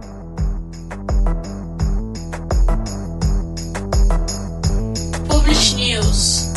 Publish News.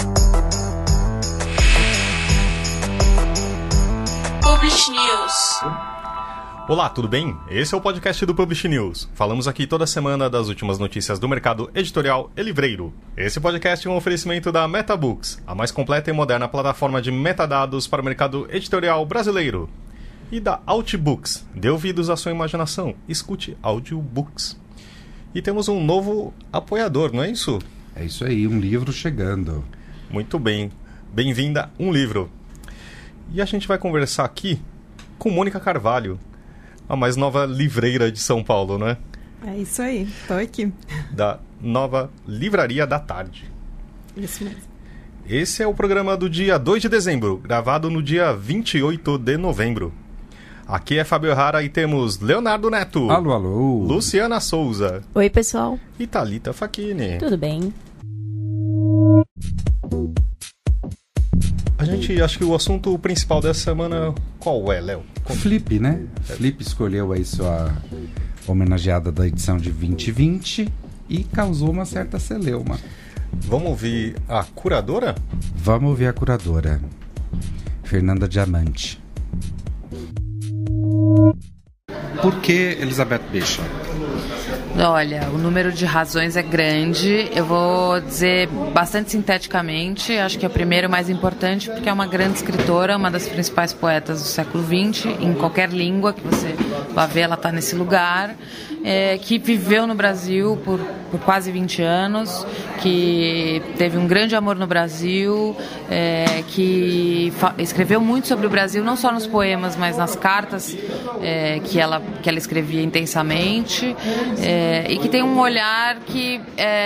Publish News. Olá, tudo bem? Esse é o podcast do Publish News. Falamos aqui toda semana das últimas notícias do mercado editorial e livreiro. Esse podcast é um oferecimento da MetaBooks, a mais completa e moderna plataforma de metadados para o mercado editorial brasileiro. E da Outbooks. Dê ouvidos à sua imaginação. Escute audiobooks. E temos um novo apoiador, não é isso? É isso aí, um livro chegando. Muito bem. Bem-vinda, um livro. E a gente vai conversar aqui com Mônica Carvalho, a mais nova livreira de São Paulo, não é? É isso aí, tô aqui. Da nova Livraria da Tarde. Isso mesmo. Esse é o programa do dia 2 de dezembro, gravado no dia 28 de novembro. Aqui é Fábio Rara e temos Leonardo Neto. Alô, alô. Luciana Souza. Oi, pessoal. E Thalita Facchini. Tudo bem? A gente, acho que o assunto principal dessa semana, qual é, Léo? Flip, né? Flip escolheu aí sua homenageada da edição de 2020 e causou uma certa celeuma. Vamos ouvir a curadora? Vamos ouvir a curadora, Fernanda Diamante. Por que Elizabeth Bishop? Olha, o número de razões é grande. Eu vou dizer bastante sinteticamente. Acho que é o primeiro mais importante porque é uma grande escritora, uma das principais poetas do século XX, em qualquer língua que você vá ver, ela está nesse lugar. Que viveu no Brasil por quase 20 anos, que teve um grande amor no Brasil, que escreveu muito sobre o Brasil, não só nos poemas, mas nas cartas que ela escrevia intensamente, e que tem um olhar que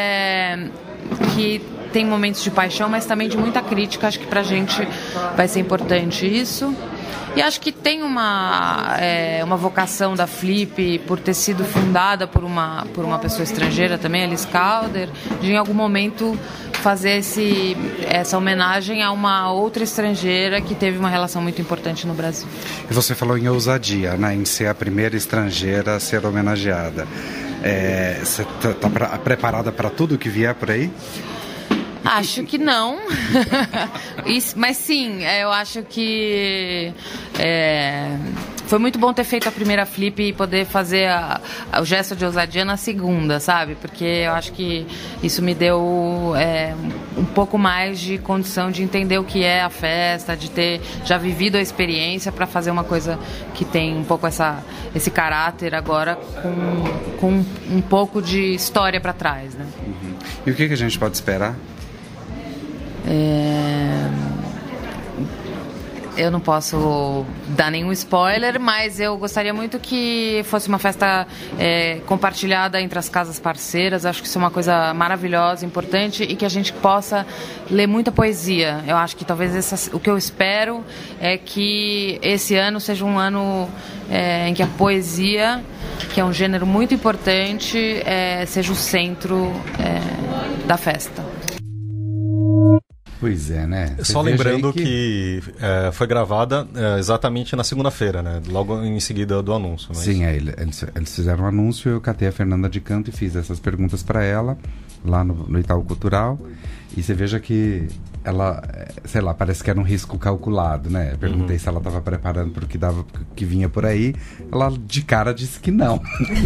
tem momentos de paixão, mas também de muita crítica. Acho que pra gente vai ser importante isso. E acho que tem uma vocação da Flip por ter sido fundada por uma pessoa estrangeira também, Alice Calder, de em algum momento fazer essa homenagem a uma outra estrangeira que teve uma relação muito importante no Brasil. E você falou em ousadia, né? Em ser a primeira estrangeira a ser homenageada. Você está preparada para tudo que vier por aí? Acho que não, mas sim, eu acho que foi muito bom ter feito a primeira Flip e poder fazer o gesto de ousadia na segunda, sabe? Porque eu acho que isso me deu um pouco mais de condição de entender o que é a festa, de ter já vivido a experiência para fazer uma coisa que tem um pouco esse caráter agora com um pouco de história para trás, né? Uhum. E o que a gente pode esperar? Eu não posso dar nenhum spoiler, mas eu gostaria muito que fosse uma festa compartilhada entre as casas parceiras. Acho que isso é uma coisa maravilhosa, importante, e que a gente possa ler muita poesia. Eu acho que talvez o que eu espero é que esse ano seja um ano em que a poesia, que é um gênero muito importante, seja o centro da festa. Pois é, né? Só lembrando que foi gravada exatamente na segunda-feira, né? Logo em seguida do anúncio. Mas... Sim, eles fizeram um anúncio, eu catei a Fernanda de canto e fiz essas perguntas para ela, lá no Itaú Cultural. E você veja que ela, sei lá, parece que era um risco calculado, né? Eu perguntei se ela estava preparando para o que vinha por aí. Ela de cara disse que não.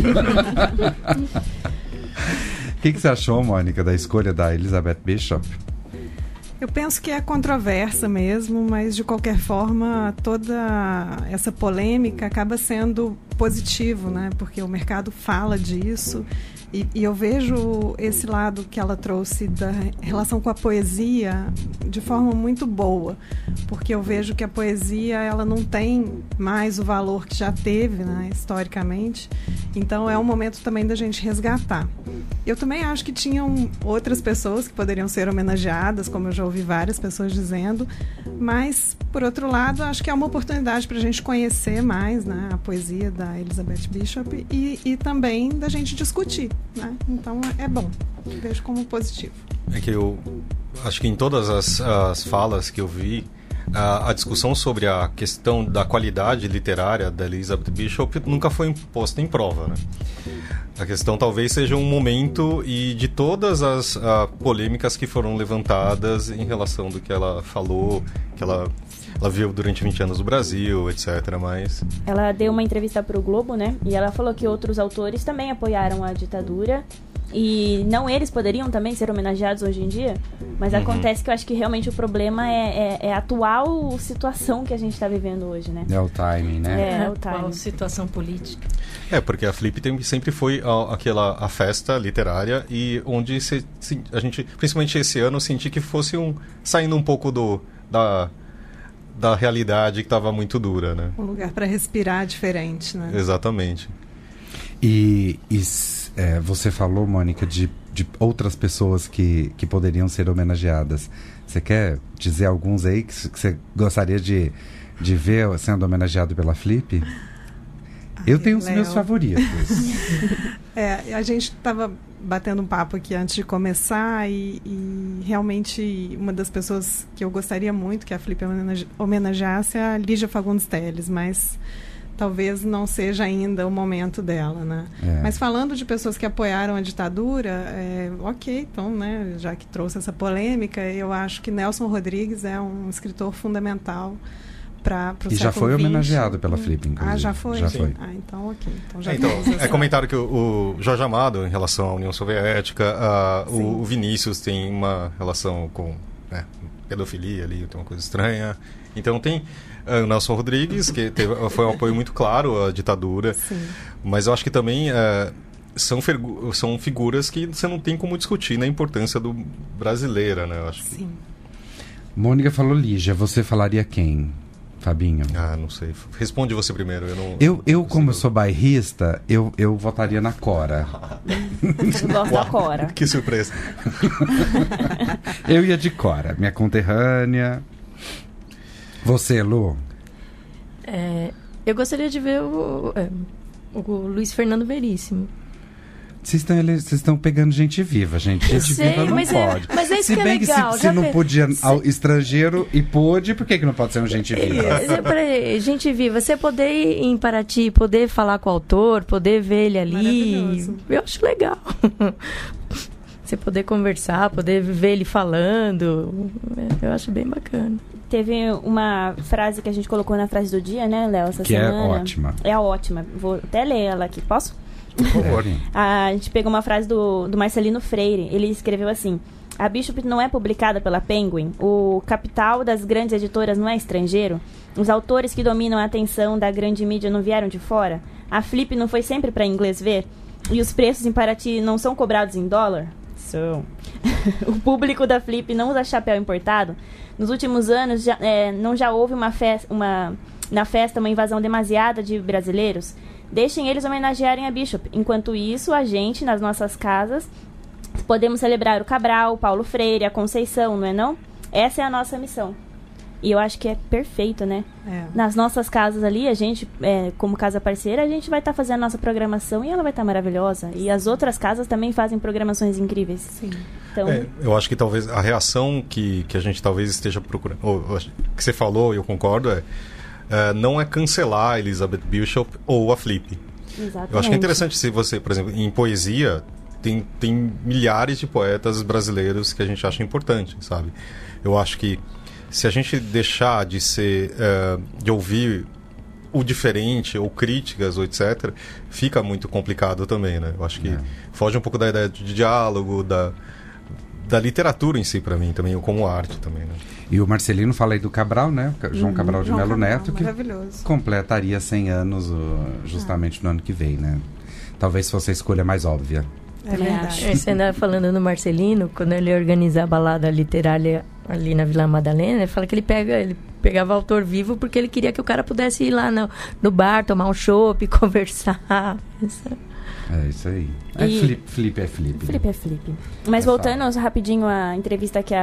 O que você achou, Mônica, da escolha da Elizabeth Bishop? Eu penso que é controversa mesmo, mas de qualquer forma toda essa polêmica acaba sendo positivo, né? Porque o mercado fala disso e eu vejo esse lado que ela trouxe da relação com a poesia de forma muito boa, porque eu vejo que a poesia ela não tem mais o valor que já teve, né, historicamente. Então é um momento também da gente resgatar. Eu também acho que tinham outras pessoas que poderiam ser homenageadas, como eu já ouvi várias pessoas dizendo, mas, por outro lado, acho que é uma oportunidade para a gente conhecer mais, né, a poesia da Elizabeth Bishop e também da gente discutir, né? Então é bom, eu vejo como positivo. É que eu acho que em todas as falas que eu vi, a discussão sobre a questão da qualidade literária da Elizabeth Bishop nunca foi posta em prova, né? A questão talvez seja um momento e de todas as polêmicas que foram levantadas em relação do que ela falou, que ela viu durante 20 anos no Brasil, etc. Mas ela deu uma entrevista para o Globo, né? E ela falou que outros autores também apoiaram a ditadura. E não eles poderiam também ser homenageados hoje em dia, mas acontece que eu acho que realmente o problema é a atual situação que a gente está vivendo hoje, né? É o timing, né? É o timing. A situação política. porque a Flip sempre foi a festa literária e onde a gente, principalmente esse ano, senti que fosse saindo um pouco da realidade que estava muito dura, né? Um lugar para respirar diferente, né? Exatamente. E você falou, Mônica, de outras pessoas que poderiam ser homenageadas. Você quer dizer alguns aí que você gostaria de ver sendo homenageado pela Flip? Eu tenho os meus favoritos. A gente estava batendo um papo aqui antes de começar e realmente uma das pessoas que eu gostaria muito que a Flip homenageasse é a Lígia Fagundes Telles, mas talvez não seja ainda o momento dela, né? Mas falando de pessoas que apoiaram a ditadura, então, né, já que trouxe essa polêmica, eu acho que Nelson Rodrigues é um escritor fundamental para o século XX. E já foi homenageado pela Flip, inclusive. Já foi? Já foi. Então, ok. Então, já comentaram que o Jorge Amado, em relação à União Soviética, o Vinícius tem uma relação com pedofilia ali, tem uma coisa estranha. Então tem o Nelson Rodrigues, que foi um apoio muito claro à ditadura. Sim. Mas eu acho que também são figuras que você não tem como discutir na importância brasileira, né? Eu acho que... Sim. Mônica falou Lígia, você falaria quem, Fabinho? Não sei. Responde você primeiro. Eu como eu sou bairrista, eu votaria na Cora. Eu gosto da Cora. Que surpresa. Eu ia de Cora, minha conterrânea. Você, Lu? Eu gostaria de ver o Luiz Fernando Veríssimo. Vocês estão pegando gente viva, gente. Gente viva não pode. Mas é isso se que é bem legal. Que se não podia ao estrangeiro e pôde, por que não pode ser um gente viva? Gente viva, você poder ir em Paraty, poder falar com o autor, poder ver ele ali, eu acho legal. Você poder conversar, poder ver ele falando, eu acho bem bacana. Teve uma frase que a gente colocou na frase do dia, né, Léo, essa semana. Que é ótima. É ótima. Vou até ler ela aqui. Posso? Por favor. A gente pegou uma frase do Marcelino Freire. Ele escreveu assim: a Bishop não é publicada pela Penguin. O capital das grandes editoras não é estrangeiro. Os autores que dominam a atenção da grande mídia não vieram de fora. A Flip não foi sempre para inglês ver. E os preços em Paraty não são cobrados em dólar? São. O público da Flip não usa chapéu importado. Nos últimos anos, já houve na festa uma invasão demasiada de brasileiros. Deixem eles homenagearem a Bishop. Enquanto isso, a gente, nas nossas casas, podemos celebrar o Cabral, o Paulo Freire, a Conceição, não é não? Essa é a nossa missão. E eu acho que é perfeito, né? Nas nossas casas ali, a gente, como casa parceira, a gente vai estar fazendo a nossa programação e ela vai estar maravilhosa. E as outras casas também fazem programações incríveis. Sim. Então... eu acho que talvez a reação que a gente talvez esteja procurando, que você falou, e eu concordo, não é cancelar a Elizabeth Bishop ou a Flip. Exatamente. Eu acho que é interessante se você, por exemplo, em poesia, tem milhares de poetas brasileiros que a gente acha importante, sabe? Eu acho que se a gente deixar de de ouvir o diferente ou críticas ou etc, fica muito complicado também, né? Eu acho que foge um pouco da ideia de diálogo, da literatura em si, para mim também, ou como arte também, né? E o Marcelino fala aí do Cabral, né? João Cabral de Melo Neto, que completaria 100 anos justamente no ano que vem, né? Talvez fosse a escolha mais óbvia. É verdade. Você andava falando no Marcelino, quando ele organiza a balada literária ali na Vila Madalena, ele fala que ele pegava autor vivo porque ele queria que o cara pudesse ir lá no bar, tomar um chopp, conversar. É isso aí. Flip é Flip. Flip é Flip. Mas voltando rapidinho à entrevista que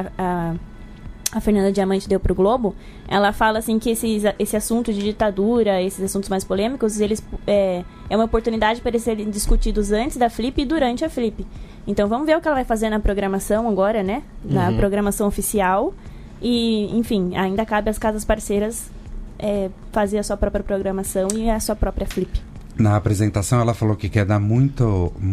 a Fernanda Diamante deu para o Globo, ela fala assim que esse assunto de ditadura, esses assuntos mais polêmicos, eles é uma oportunidade para eles serem discutidos antes da Flip e durante a Flip. Então vamos ver o que ela vai fazer na programação agora, né? Na programação oficial, E, enfim, ainda cabe às casas parceiras fazer a sua própria programação e a sua própria Flip. Na apresentação ela falou que quer dar muita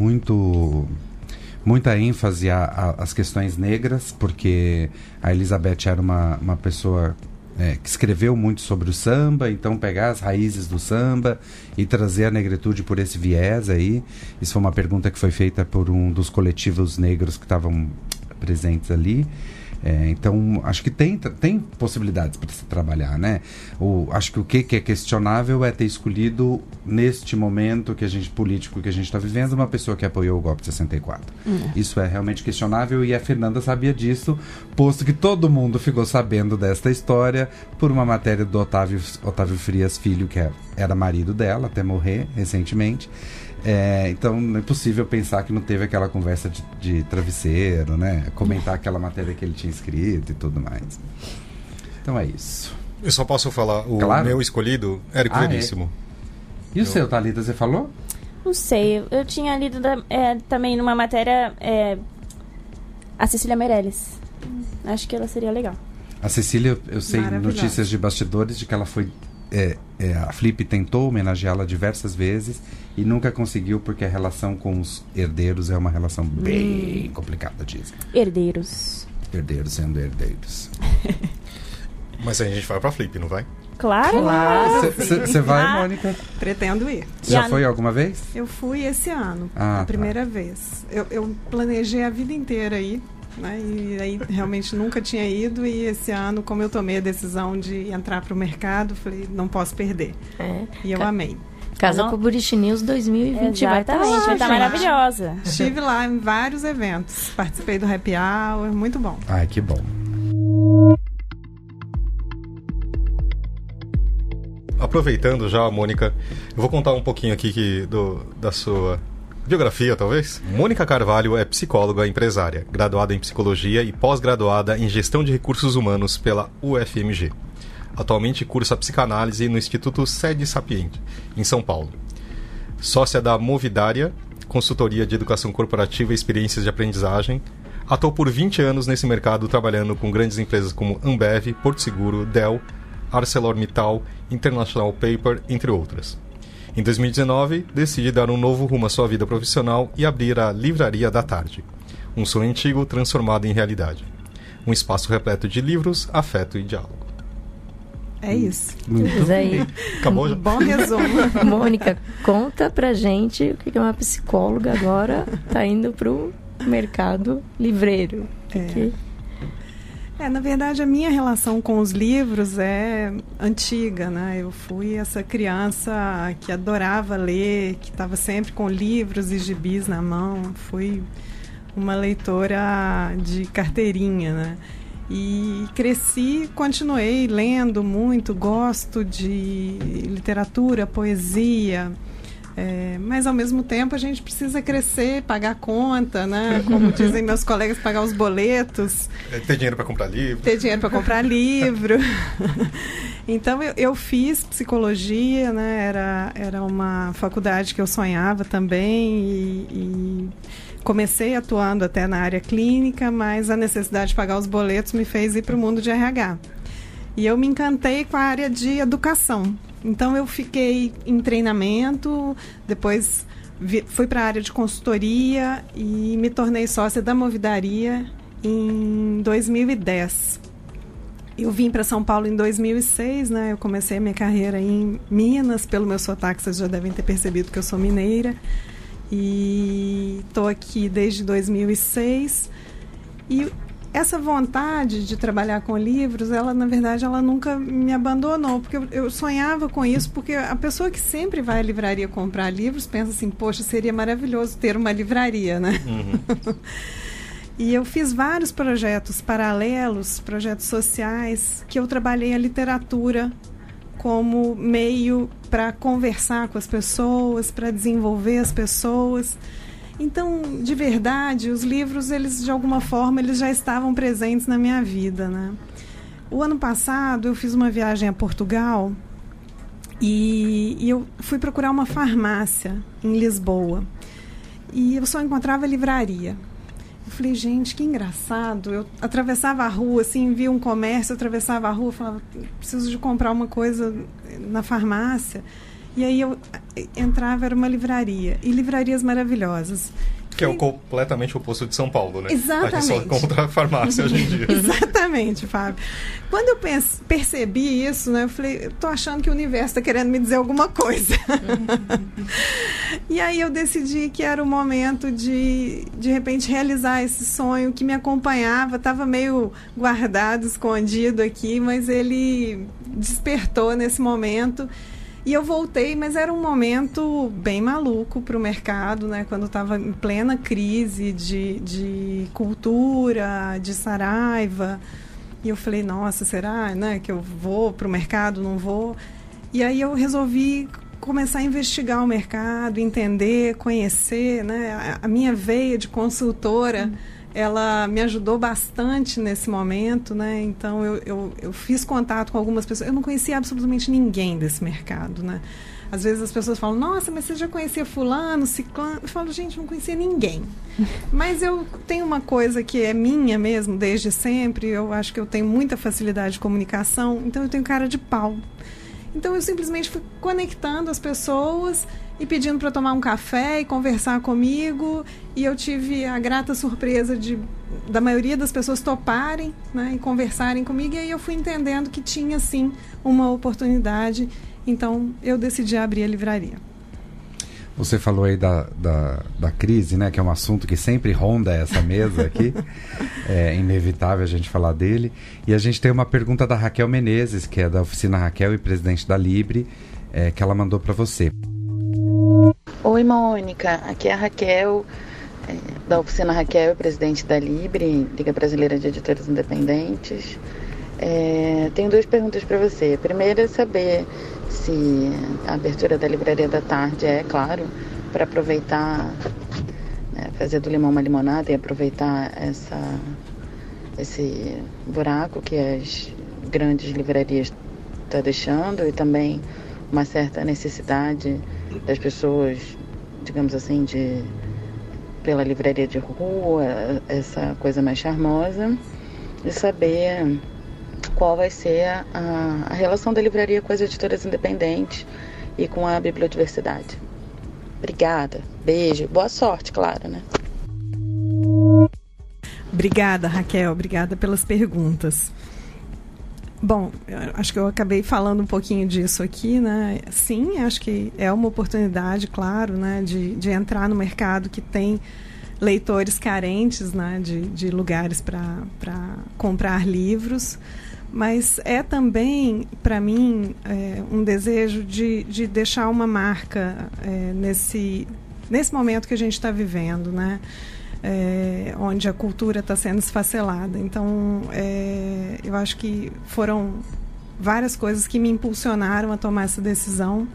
ênfase às questões negras, porque a Elizabeth era uma pessoa que escreveu muito sobre o samba, então pegar as raízes do samba e trazer a negritude por esse viés aí. Isso foi uma pergunta que foi feita por um dos coletivos negros que estavam presentes ali. Então, acho que tem possibilidades para se trabalhar, né? Acho que o que é questionável é ter escolhido, neste momento político que a gente está vivendo, uma pessoa que apoiou o golpe de 64. Isso é realmente questionável, e a Fernanda sabia disso, posto que todo mundo ficou sabendo desta história por uma matéria do Otávio Frias Filho, que era marido dela, até morrer recentemente. Então não é possível pensar que não teve aquela conversa de travesseiro, né? Comentar aquela matéria que ele tinha escrito e tudo mais. Então é isso. Eu só posso falar, meu escolhido, Érico Veríssimo. E o seu, Thalita, você falou? Não sei, eu tinha lido também numa matéria a Cecília Meirelles. Acho que ela seria legal. A Cecília, eu sei notícias de bastidores de que ela foi... a Flip tentou homenageá-la diversas vezes e nunca conseguiu, porque a relação com os herdeiros é uma relação bem complicada, dizem. Herdeiros sendo herdeiros. Mas a gente vai pra Flip, não vai? Claro! Você vai, Mônica? Pretendo ir. Já foi alguma vez? Eu fui esse ano, a primeira vez. Eu planejei a vida inteira ir, né? E aí realmente nunca tinha ido, e esse ano, como eu tomei a decisão de entrar para o mercado, falei, não posso perder. E eu amei. Casa com o Burich News 2020 vai estar lá, vai estar maravilhosa. Estive lá em vários eventos, participei do Happy Hour, muito bom. Ai, que bom. Aproveitando já, Mônica, eu vou contar um pouquinho aqui da sua biografia, talvez. Mônica Carvalho é psicóloga e empresária, graduada em psicologia e pós-graduada em gestão de recursos humanos pela UFMG. Atualmente cursa psicanálise no Instituto Sede Sapiente, em São Paulo. Sócia da Movidária, consultoria de educação corporativa e experiências de aprendizagem. Atuou por 20 anos nesse mercado, trabalhando com grandes empresas como Ambev, Porto Seguro, Dell, ArcelorMittal, International Paper, entre outras. Em 2019, decide dar um novo rumo à sua vida profissional e abrir a Livraria da Tarde, um sonho antigo transformado em realidade. Um espaço repleto de livros, afeto e diálogo. É isso. Muito aí. Acabou já? Bom resumo. Mônica, conta pra gente o que uma psicóloga agora tá indo pro mercado livreiro. Na verdade, a minha relação com os livros é antiga, né? Eu fui essa criança que adorava ler, que estava sempre com livros e gibis na mão. Fui uma leitora de carteirinha, né? E cresci, continuei lendo muito, gosto de literatura, poesia, mas ao mesmo tempo a gente precisa crescer, pagar conta, né? Como dizem meus colegas, pagar os boletos. Ter dinheiro para comprar livro. Ter dinheiro para comprar livro. Então eu fiz psicologia, né? Era uma faculdade que eu sonhava também, e comecei atuando até na área clínica, mas a necessidade de pagar os boletos me fez ir para o mundo de RH. E eu me encantei com a área de educação. Então eu fiquei em treinamento, depois fui para a área de consultoria e me tornei sócia da Movidaria em 2010. Eu vim para São Paulo em 2006, né? Eu comecei a minha carreira em Minas, pelo meu sotaque vocês já devem ter percebido que eu sou mineira. E estou aqui desde 2006. E essa vontade de trabalhar com livros, na verdade, ela nunca me abandonou, porque eu sonhava com isso, porque a pessoa que sempre vai à livraria comprar livros pensa assim, poxa, seria maravilhoso ter uma livraria, né? Uhum. E eu fiz vários projetos paralelos, projetos sociais, que eu trabalhei a literatura como meio para conversar com as pessoas, para desenvolver as pessoas. Então, de verdade, os livros, eles de alguma forma, eles já estavam presentes na minha vida, né? O ano passado, eu fiz uma viagem a Portugal e eu fui procurar uma farmácia em Lisboa. E eu só encontrava livraria. Eu falei, gente, que engraçado. Eu atravessava a rua, assim, via um comércio, atravessava a rua, falava, preciso de comprar uma coisa na farmácia. E aí eu entrava, era uma livraria. E livrarias maravilhosas. Que é o completamente oposto de São Paulo, né? Exatamente. A gente só compra farmácia hoje em dia. Exatamente, Fábio. Quando eu percebi isso, né, eu falei, eu tô achando que o universo está querendo me dizer alguma coisa. E aí eu decidi que era o momento de repente, realizar esse sonho que me acompanhava, estava meio guardado, escondido aqui, mas ele despertou nesse momento. E eu voltei, mas era um momento bem maluco para o mercado, né? Quando estava em plena crise de cultura, de Saraiva. E eu falei, nossa, será, né, que eu vou para o mercado, não vou? E aí eu resolvi começar a investigar o mercado, entender, conhecer, né? A minha veia de consultora, ela me ajudou bastante nesse momento, né? Então eu fiz contato com algumas pessoas. Eu não conhecia absolutamente ninguém desse mercado, né? Às vezes as pessoas falam, nossa, mas você já conhecia fulano, ciclano? Eu falo, gente, não conhecia ninguém. Mas eu tenho uma coisa que é minha mesmo, desde sempre. Eu acho que eu tenho muita facilidade de comunicação, então eu tenho cara de pau. Então eu simplesmente fui conectando as pessoas e pedindo para tomar um café e conversar comigo, e eu tive a grata surpresa da maioria das pessoas toparem, né, e conversarem comigo, e aí eu fui entendendo que tinha sim uma oportunidade, então eu decidi abrir a livraria. Você falou aí da crise, né, que é um assunto que sempre ronda essa mesa aqui. É inevitável a gente falar dele. E a gente tem uma pergunta da Raquel Menezes, que é da Oficina Raquel e presidente da Libre, que ela mandou para você. Oi, Mônica. Aqui é a Raquel, da Oficina Raquel e presidente da Libre, Liga Brasileira de Editores Independentes. Tenho 2 perguntas para você. A primeira é saber se a abertura da Livraria da Tarde é, claro, para aproveitar, né, fazer do limão uma limonada e aproveitar esse buraco que as grandes livrarias estão deixando, e também uma certa necessidade das pessoas, digamos assim, pela livraria de rua, essa coisa mais charmosa, e saber qual vai ser a relação da livraria com as editoras independentes e com a bibliodiversidade. Obrigada, beijo, boa sorte, claro, né? Obrigada, Raquel, obrigada pelas perguntas. Bom, acho que eu acabei falando um pouquinho disso aqui, né? Sim, acho que é uma oportunidade, claro, né, de entrar no mercado que tem leitores carentes, né, de lugares para comprar livros. Mas é também, para mim, um desejo de deixar uma marca nesse momento que a gente está vivendo, né? Onde a cultura está sendo esfacelada. Então, eu acho que foram várias coisas que me impulsionaram a tomar essa decisão.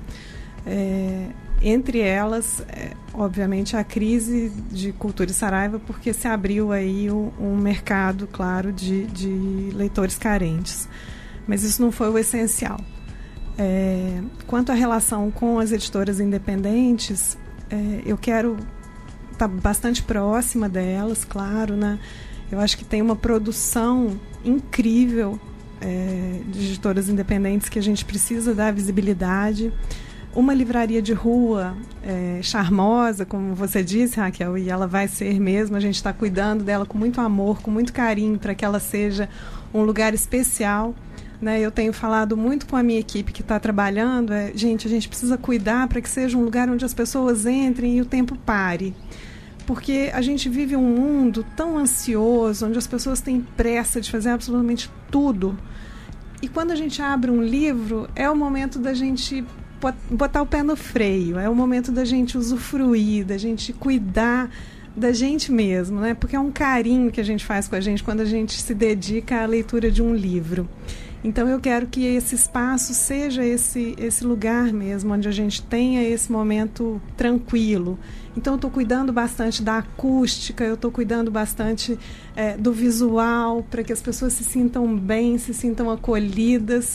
Entre elas, obviamente, a crise de cultura e Saraiva, porque se abriu aí um mercado, claro, de leitores carentes. Mas isso não foi o essencial. Quanto à relação com as editoras independentes, eu quero estar bastante próxima delas, claro, né? Eu acho que tem uma produção incrível de editoras independentes que a gente precisa dar visibilidade. Uma livraria de rua charmosa, como você disse, Raquel, e ela vai ser mesmo. A gente está cuidando dela com muito amor, com muito carinho, para que ela seja um lugar especial, né? Eu tenho falado muito com a minha equipe que está trabalhando. Gente, a gente precisa cuidar para que seja um lugar onde as pessoas entrem e o tempo pare. Porque a gente vive um mundo tão ansioso, onde as pessoas têm pressa de fazer absolutamente tudo. E quando a gente abre um livro, é o momento da gente botar o pé no freio, é o momento da gente usufruir, da gente cuidar da gente mesmo, né? Porque é um carinho que a gente faz com a gente quando a gente se dedica à leitura de um livro. Então eu quero que esse espaço seja esse lugar mesmo, onde a gente tenha esse momento tranquilo. Então eu estou cuidando bastante da acústica, eu estou cuidando bastante do visual, para que as pessoas se sintam bem, se sintam acolhidas,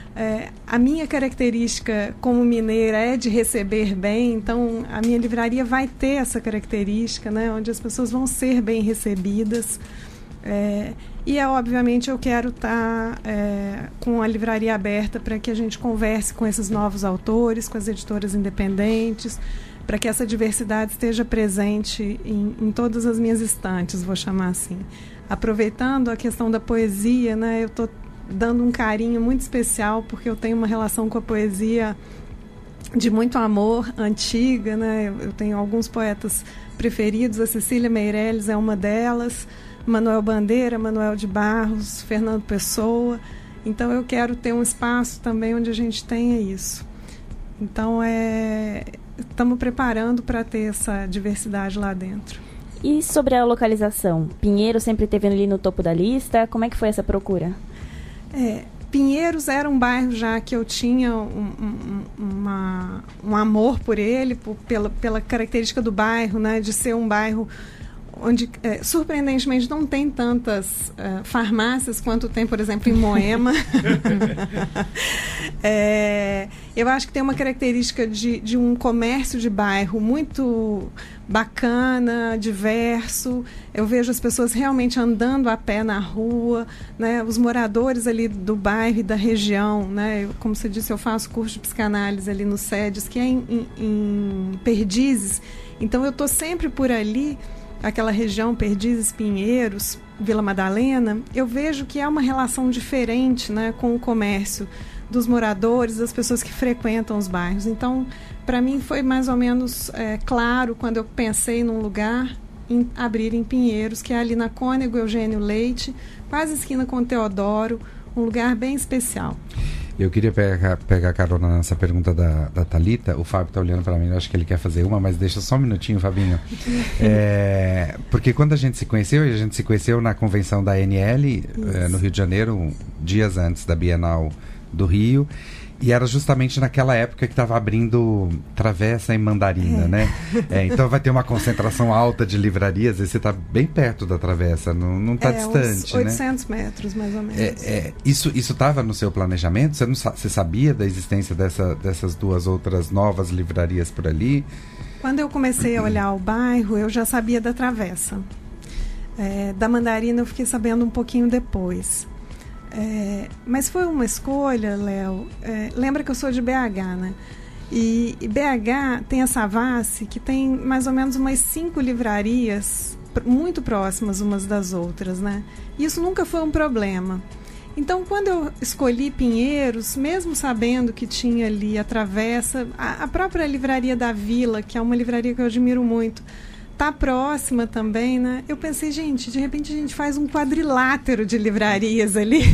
A minha característica como mineira é de receber bem, então a minha livraria vai ter essa característica, né, onde as pessoas vão ser bem recebidas. Obviamente eu quero estar com a livraria aberta para que a gente converse com esses novos autores, com as editoras independentes, para que essa diversidade esteja presente em todas as minhas estantes, vou chamar assim. Aproveitando a questão da poesia, né, eu estou dando um carinho muito especial, porque eu tenho uma relação com a poesia de muito amor, antiga, né? Eu tenho alguns poetas preferidos, a Cecília Meirelles é uma delas, Manuel Bandeira, Manuel de Barros, Fernando Pessoa. Então eu quero ter um espaço também onde a gente tenha isso. Então estamos preparando para ter essa diversidade lá dentro. E sobre a localização? Pinheiro sempre esteve ali no topo da lista. Como é que foi essa procura? Pinheiros era um bairro já que eu tinha um amor por ele, pela característica do bairro, né, de ser um bairro onde, surpreendentemente, não tem tantas farmácias quanto tem, por exemplo, em Moema. Eu acho que tem uma característica de um comércio de bairro muito bacana, diverso. Eu vejo as pessoas realmente andando a pé na rua, né? Os moradores ali do bairro e da região, né? Como você disse, eu faço curso de psicanálise ali no SEDES, que é em Perdizes. Então eu estou sempre por ali, aquela região, Perdizes, Pinheiros, Vila Madalena. Eu vejo que é uma relação diferente, né, com o comércio dos moradores, das pessoas que frequentam os bairros. Então, para mim foi mais ou menos claro, quando eu pensei num lugar, em abrir em Pinheiros, que é ali na Cônego Eugênio Leite, quase esquina com Teodoro, um lugar bem especial. Eu queria pegar carona nessa pergunta da Thalita. O Fábio está olhando para mim, eu acho que ele quer fazer uma, mas deixa só um minutinho, Fabinho. Porque quando a gente se conheceu na convenção da ANL, no Rio de Janeiro, dias antes da Bienal do Rio, e era justamente naquela época que estava abrindo Travessa em Mandarina, né? Então vai ter uma concentração alta de livrarias, e você está bem perto da Travessa, não está distante, uns 800 metros, mais ou menos. Isso estava no seu planejamento? Você sabia da existência dessas duas outras novas livrarias por ali? Quando eu comecei a olhar o bairro, eu já sabia da Travessa. Da Mandarina eu fiquei sabendo um pouquinho depois. Mas foi uma escolha, Léo. Lembra que eu sou de BH, né? E BH tem a Savassi, que tem mais ou menos umas 5 livrarias muito próximas umas das outras, né? E isso nunca foi um problema. Então, quando eu escolhi Pinheiros, mesmo sabendo que tinha ali a Travessa, a própria livraria da Vila, que é uma livraria que eu admiro muito, está próxima também, né? Eu pensei, gente, de repente a gente faz um quadrilátero de livrarias ali,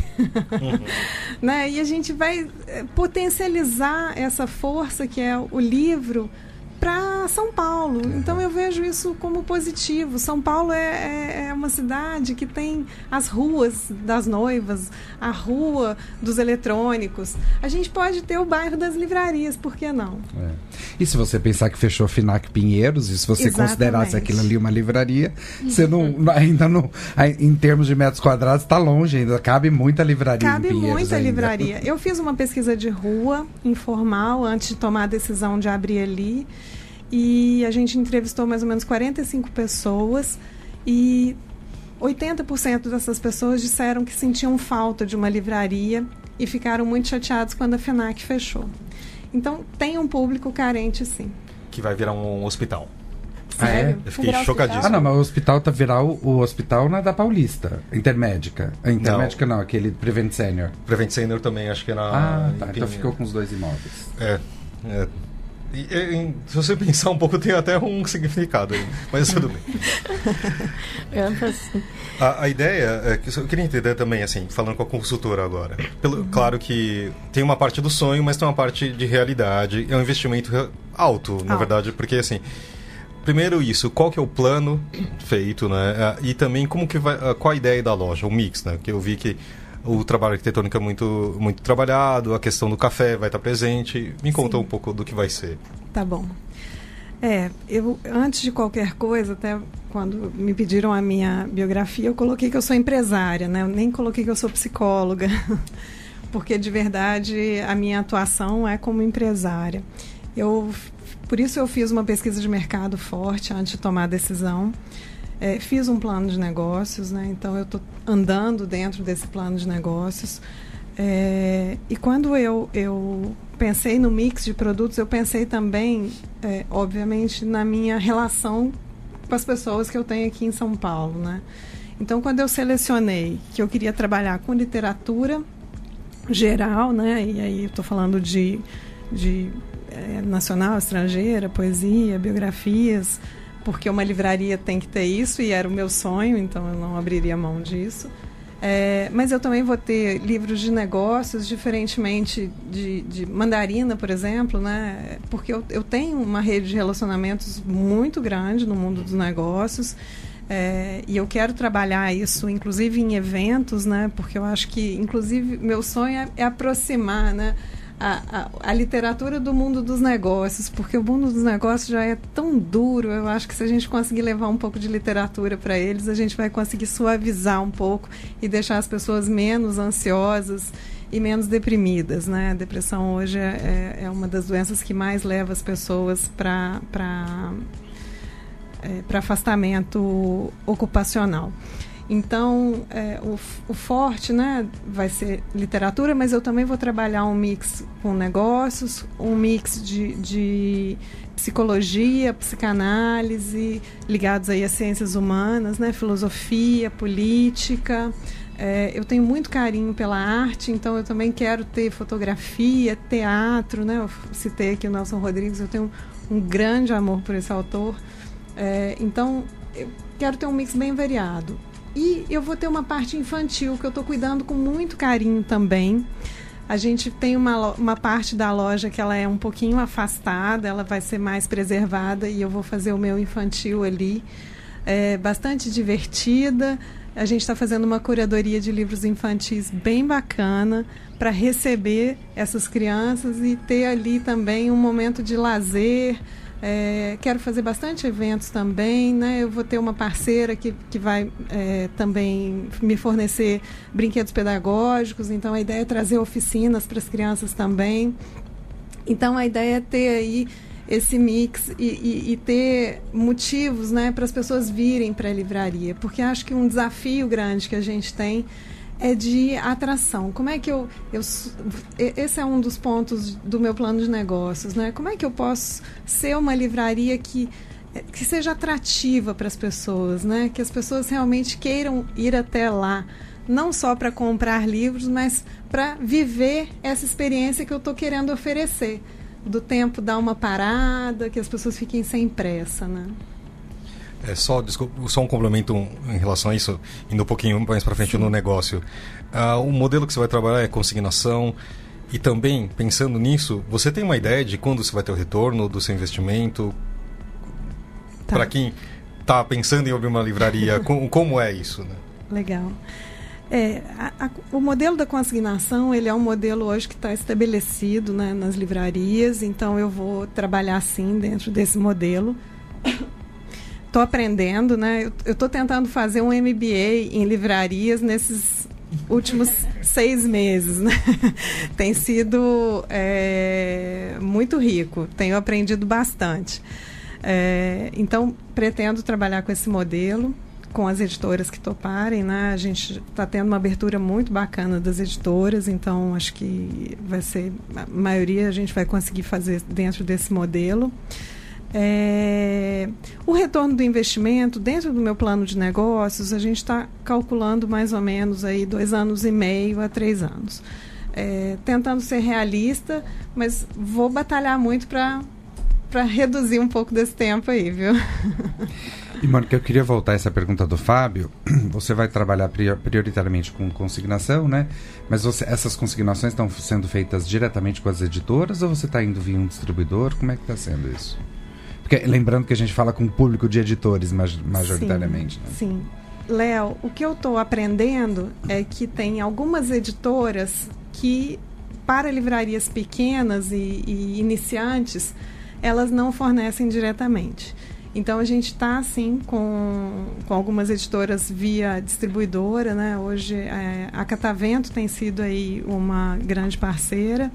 né? E a gente vai potencializar essa força que é o livro para São Paulo. Então eu vejo isso como positivo. São Paulo é uma cidade que tem as ruas das noivas, a rua dos eletrônicos. A gente pode ter o bairro das livrarias, por que não? E se você pensar que fechou FINAC Pinheiros, e se você considerasse aquilo ali uma livraria, você ainda não, em termos de metros quadrados, está longe, ainda cabe muita livraria em Pinheiros. Cabe muita ainda. livraria. Eu fiz uma pesquisa de rua, informal, antes de tomar a decisão de abrir ali, e a gente entrevistou mais ou menos 45 pessoas, e 80% dessas pessoas disseram que sentiam falta de uma livraria e ficaram muito chateados quando a FINAC fechou. Então, tem um público carente, sim. Que vai virar um hospital. Sério? Eu fiquei chocadíssimo. Não, mas o hospital tá virar o hospital na da Paulista, Intermédica. Intermédica não, aquele Prevent Senior. Prevent Senior também, acho que era... Então ficou com os dois imóveis. Se você pensar um pouco, tem até um significado aí, mas tudo bem. A ideia é que eu queria entender também, assim, falando com a consultora agora. Claro que tem uma parte do sonho, mas tem uma parte de realidade. É um investimento alto, na verdade, porque assim, primeiro isso, qual que é o plano feito, né? E também como que vai, qual a ideia da loja, o mix, né? Porque eu vi que o trabalho arquitetônico é muito, muito trabalhado, a questão do café vai estar presente. Me conta um pouco do que vai ser. Tá bom. Eu, antes de qualquer coisa, até quando me pediram a minha biografia, eu coloquei que eu sou empresária, né? Eu nem coloquei que eu sou psicóloga. porque de verdade a minha atuação é como empresária. Por isso eu fiz uma pesquisa de mercado forte antes de tomar a decisão. Fiz um plano de negócios, né? Então eu estou andando dentro desse plano de negócios. E quando eu pensei no mix de produtos, eu pensei também, obviamente, na minha relação com as pessoas que eu tenho aqui em São Paulo, né? Então, quando eu selecionei que eu queria trabalhar com literatura geral, né? E aí eu estou falando de nacional, estrangeira, poesia, biografias, porque uma livraria tem que ter isso, e era o meu sonho, então eu não abriria mão disso. Mas eu também vou ter livros de negócios, diferentemente de Mandarina, por exemplo, né? Porque eu tenho uma rede de relacionamentos muito grande no mundo dos negócios, e eu quero trabalhar isso, inclusive em eventos, né? Porque eu acho que, inclusive, meu sonho é aproximar, né, a literatura do mundo dos negócios, porque o mundo dos negócios já é tão duro. Eu acho que se a gente conseguir levar um pouco de literatura para eles, a gente vai conseguir suavizar um pouco e deixar as pessoas menos ansiosas e menos deprimidas, né? A depressão hoje é uma das doenças que mais leva as pessoas para afastamento ocupacional. Então, o forte, né, vai ser literatura, mas eu também vou trabalhar um mix com negócios, um mix de psicologia, psicanálise, ligados aí às ciências humanas, né, filosofia, política. Eu tenho muito carinho pela arte, então eu também quero ter fotografia, teatro, né? Eu citei aqui o Nelson Rodrigues, eu tenho um grande amor por esse autor. Então, eu quero ter um mix bem variado. E eu vou ter uma parte infantil, que eu estou cuidando com muito carinho também. A gente tem uma parte da loja que ela é um pouquinho afastada, ela vai ser mais preservada, e eu vou fazer o meu infantil ali. Bastante divertida. A gente está fazendo uma curadoria de livros infantis bem bacana para receber essas crianças e ter ali também um momento de lazer. Quero fazer bastante eventos também, né? Eu vou ter uma parceira que vai também me fornecer brinquedos pedagógicos, então a ideia é trazer oficinas para as crianças também. Então a ideia é ter aí esse mix e ter motivos, né, para as pessoas virem para a livraria, porque acho que um desafio grande que a gente tem é de atração. Como é que esse é um dos pontos do meu plano de negócios, né? Como é que eu posso ser uma livraria que seja atrativa para as pessoas, né? Que as pessoas realmente queiram ir até lá, não só para comprar livros, mas para viver essa experiência que eu estou querendo oferecer, do tempo dar uma parada, que as pessoas fiquem sem pressa, né? Só um complemento em relação a isso, indo um pouquinho mais para frente. Sim. No negócio. O modelo que você vai trabalhar é consignação, e também, pensando nisso, você tem uma ideia de quando você vai ter o retorno do seu investimento? Tá. Para quem está pensando em abrir uma livraria, como é isso, né? Legal. O modelo da consignação, ele é um modelo hoje que está estabelecido, né, nas livrarias, então eu vou trabalhar sim dentro desse modelo. Estou aprendendo, né? Eu estou tentando fazer um MBA em livrarias nesses últimos 6 meses, né? Tem sido muito rico, tenho aprendido bastante. Então, pretendo trabalhar com esse modelo, com as editoras que toparem, né? A gente está tendo uma abertura muito bacana das editoras, então acho que vai ser, a maioria a gente vai conseguir fazer dentro desse modelo. O retorno do investimento, dentro do meu plano de negócios, a gente está calculando mais ou menos aí 2 anos e meio a 3 anos. Tentando ser realista, mas vou batalhar muito para reduzir um pouco desse tempo aí, viu? E, Mônica, eu queria voltar a essa pergunta do Fábio. Você vai trabalhar prioritariamente com consignação, né? Mas essas consignações estão sendo feitas diretamente com as editoras, ou você está indo via um distribuidor? Como é que está sendo isso? Porque, lembrando que a gente fala com o público de editores majoritariamente. Sim, né? Sim. Léo, o que eu estou aprendendo é que tem algumas editoras que, para livrarias pequenas e iniciantes, elas não fornecem diretamente. Então, a gente está, sim, com algumas editoras via distribuidora, né? Hoje, a Catavento tem sido aí uma grande parceira,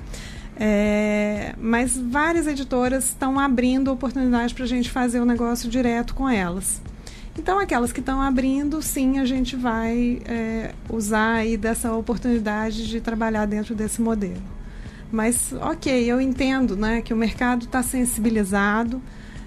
mas várias editoras estão abrindo oportunidade para a gente fazer o negócio direto com elas. Então, aquelas que estão abrindo, sim, a gente vai usar aí dessa oportunidade de trabalhar dentro desse modelo. Mas, ok, eu entendo, né, que o mercado está sensibilizado,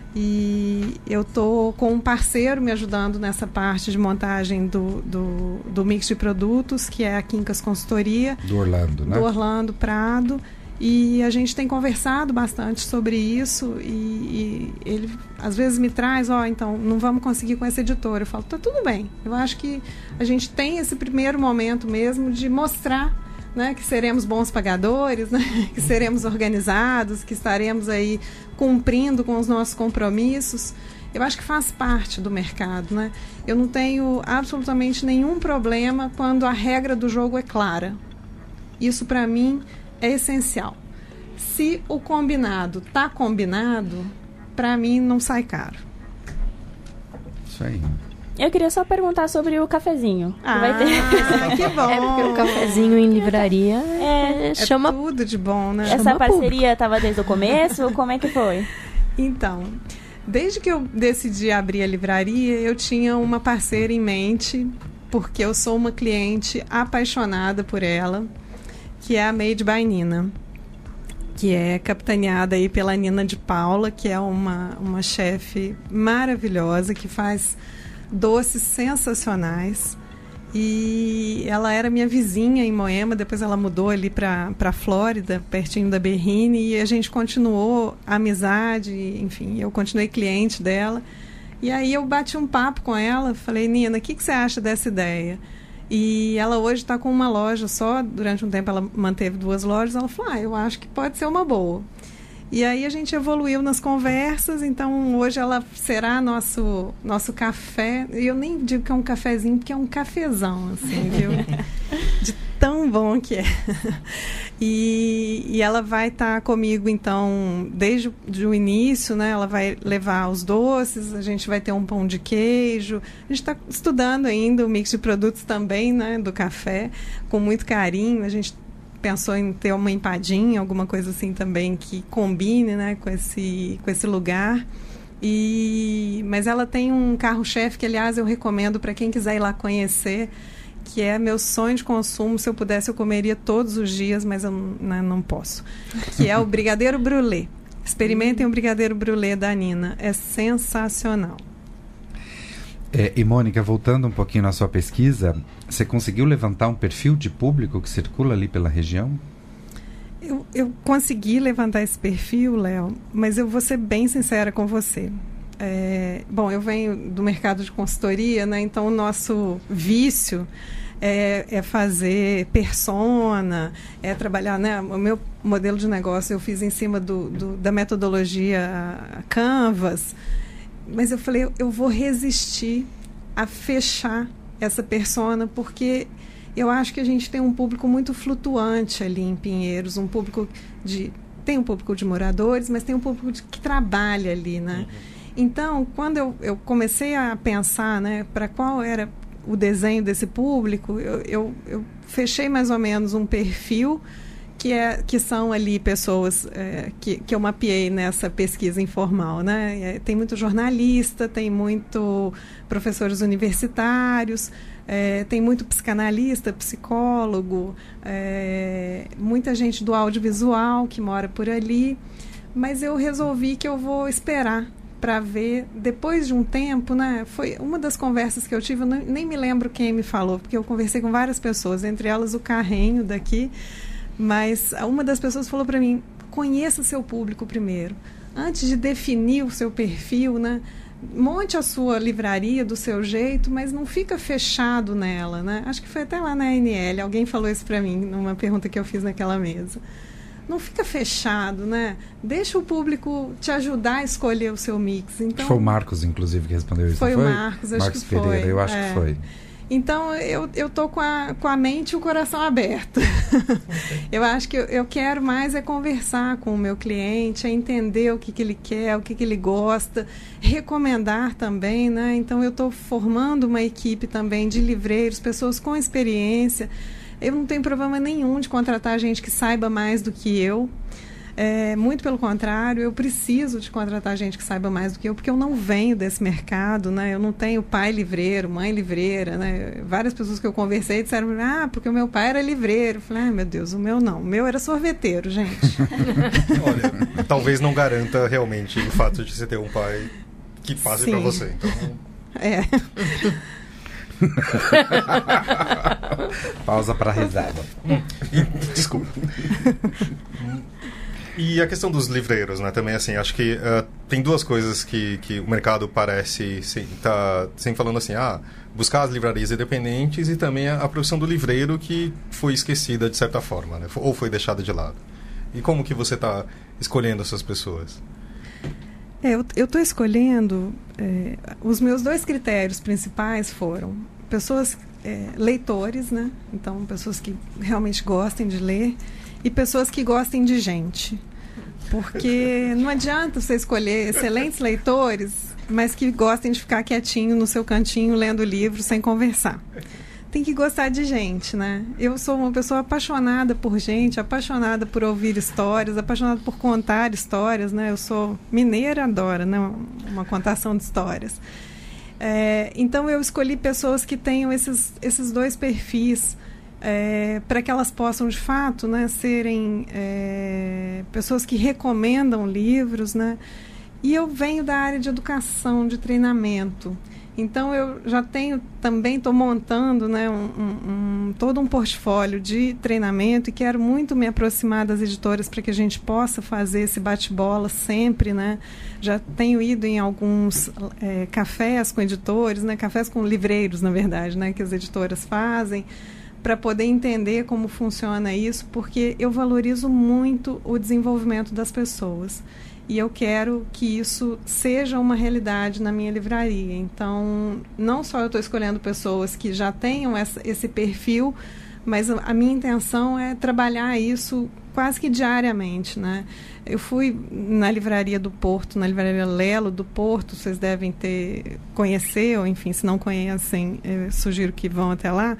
e eu estou com um parceiro me ajudando nessa parte de montagem do mix de produtos, que é a Quincas Consultoria. Do Orlando, né? Do Orlando Prado. E a gente tem conversado bastante sobre isso, e ele às vezes me traz, então não vamos conseguir com essa editora. Eu falo, tá tudo bem. Eu acho que a gente tem esse primeiro momento mesmo de mostrar, né, que seremos bons pagadores, né, que seremos organizados, que estaremos aí cumprindo com os nossos compromissos. Eu acho que faz parte do mercado, né? Eu não tenho absolutamente nenhum problema quando a regra do jogo é clara. Isso, para mim, é essencial. Se o combinado está combinado, para mim não sai caro. Isso aí. Eu queria só perguntar sobre o cafezinho. Vai ter... que bom! É porque o cafezinho em livraria chama tudo de bom, né? Essa parceria estava desde o começo? Como é que foi? Então, desde que eu decidi abrir a livraria, eu tinha uma parceira em mente, porque eu sou uma cliente apaixonada por ela, que é a Made by Nina, que é capitaneada aí pela Nina de Paula, que é uma chefe maravilhosa, que faz doces sensacionais. E ela era minha vizinha em Moema, depois ela mudou ali para Flórida, pertinho da Berrine, e a gente continuou a amizade, enfim, eu continuei cliente dela. E aí eu bati um papo com ela, falei, Nina, o que você acha dessa ideia? E ela hoje está com uma loja só, durante um tempo ela manteve 2 lojas, ela falou, eu acho que pode ser uma boa. E aí a gente evoluiu nas conversas, então hoje ela será nosso café. E eu nem digo que é um cafezinho, porque é um cafezão, assim, viu? De tão bom que é. E ela vai estar comigo, então, desde o início, né? Ela vai levar os doces, a gente vai ter um pão de queijo. A gente está estudando ainda o mix de produtos também, né? Do café, com muito carinho. A gente pensou em ter uma empadinha, alguma coisa assim também que combine, né, com esse lugar. Mas ela tem um carro-chefe que, aliás, eu recomendo para quem quiser ir lá conhecer, que é meu sonho de consumo. Se eu pudesse, eu comeria todos os dias, mas eu não posso. Que é o Brigadeiro Brulé. Experimentem o Brigadeiro Brulé da Nina. É sensacional. E Mônica, voltando um pouquinho na sua pesquisa, você conseguiu levantar um perfil de público que circula ali pela região? Eu consegui levantar esse perfil, Léo, mas eu vou ser bem sincera com você. Bom, eu venho do mercado de consultoria, né? Então o nosso vício é fazer persona, é trabalhar, né? O meu modelo de negócio eu fiz em cima da metodologia Canvas. Mas eu falei, eu vou resistir a fechar essa persona, porque eu acho que a gente tem um público muito flutuante ali em Pinheiros, tem um público de moradores, mas tem um público que trabalha ali, né? Então, quando eu comecei a pensar, né, para qual era o desenho desse público, eu fechei mais ou menos um perfil que são ali pessoas que eu mapeei nessa pesquisa informal, né? Tem muito jornalista, tem muito professores universitários, tem muito psicanalista, psicólogo, muita gente do audiovisual que mora por ali, mas eu resolvi que eu vou esperar para ver, depois de um tempo, né? Foi uma das conversas que eu tive, eu nem me lembro quem me falou, porque eu conversei com várias pessoas, entre elas o Carrenho daqui. Mas uma das pessoas falou para mim, conheça seu público primeiro. Antes de definir o seu perfil, né? Monte a sua livraria do seu jeito, mas não fica fechado nela, né? Acho que foi até lá na ANL, alguém falou isso para mim, numa pergunta que eu fiz naquela mesa. Não fica fechado, né? Deixa o público te ajudar a escolher o seu mix. Então, foi o Marcos, inclusive, que respondeu isso. Foi o Marcos, acho que foi. Marcos Pereira, eu acho que foi. Então, eu tô com a mente e o coração aberto. Eu acho que eu quero mais é conversar com o meu cliente, é entender o que ele quer, o que ele gosta, recomendar também, né? Então, eu estou formando uma equipe também de livreiros, pessoas com experiência. Eu não tenho problema nenhum de contratar gente que saiba mais do que eu. Muito pelo contrário, eu preciso de contratar gente que saiba mais do que eu, porque eu não venho desse mercado, né? Eu não tenho pai livreiro, mãe livreira, né? Várias pessoas que eu conversei disseram, porque o meu pai era livreiro. Eu falei, meu Deus, o meu não. O meu era sorveteiro, gente. Olha, talvez não garanta realmente o fato de você ter um pai que passe para você. Então... Pausa para risada. Desculpa. E a questão dos livreiros, né? Também, assim, acho que tem duas coisas que o mercado parece tá sempre falando assim, buscar as livrarias independentes e também a profissão do livreiro que foi esquecida de certa forma, né? Ou foi deixada de lado. E como que você está escolhendo essas pessoas? Eu estou escolhendo... os meus 2 critérios principais foram pessoas, leitores, né? Então, pessoas que realmente gostem de ler e pessoas que gostem de gente. Porque não adianta você escolher excelentes leitores, mas que gostem de ficar quietinho no seu cantinho lendo livro sem conversar. Tem que gostar de gente, né? Eu sou uma pessoa apaixonada por gente, apaixonada por ouvir histórias, apaixonada por contar histórias, né? Eu sou mineira, adoro, né? Uma contação de histórias. Então, eu escolhi pessoas que tenham esses 2 perfis, para que elas possam, de fato, né, serem pessoas que recomendam livros, né? E eu venho da área de educação, de treinamento. Então, eu já também estou montando, né, todo um portfólio de treinamento e quero muito me aproximar das editoras para que a gente possa fazer esse bate-bola sempre, né? Já tenho ido em alguns cafés com editores, né, cafés com livreiros, na verdade, né, que as editoras fazem, para poder entender como funciona isso, porque eu valorizo muito o desenvolvimento das pessoas. E eu quero que isso seja uma realidade na minha livraria. Então, não só eu estou escolhendo pessoas que já tenham esse perfil, mas a minha intenção é trabalhar isso quase que diariamente, né? Eu fui na livraria do Porto, na livraria Lelo do Porto, vocês devem conhecer, ou enfim, se não conhecem, eu sugiro que vão até lá.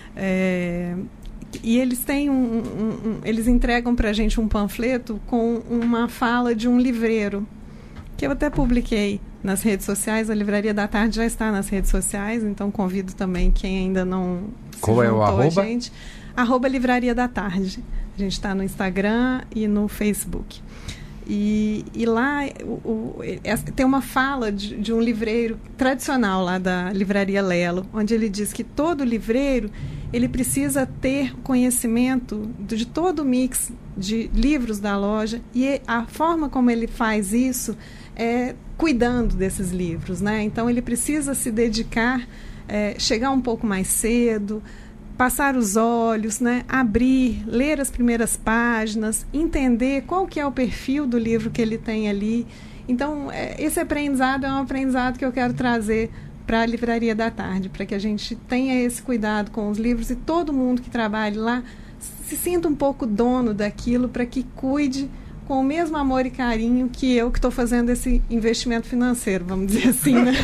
E eles têm eles entregam para a gente um panfleto com uma fala de um livreiro, que eu até publiquei nas redes sociais. A Livraria da Tarde já está nas redes sociais, então convido também quem ainda não Qual é o arroba? @ Livraria da Tarde. A gente está no Instagram e no Facebook. E lá tem uma fala de um livreiro tradicional lá da Livraria Lelo, onde ele diz que todo livreiro ele precisa ter conhecimento de todo o mix de livros da loja, e a forma como ele faz isso é cuidando desses livros, né? Então ele precisa se dedicar, chegar um pouco mais cedo, passar os olhos, né? Abrir, ler as primeiras páginas, entender qual que é o perfil do livro que ele tem ali. Então, esse aprendizado é um aprendizado que eu quero trazer para a Livraria da Tarde, para que a gente tenha esse cuidado com os livros e todo mundo que trabalhe lá se sinta um pouco dono daquilo, para que cuide com o mesmo amor e carinho que eu que estou fazendo esse investimento financeiro, vamos dizer assim, né?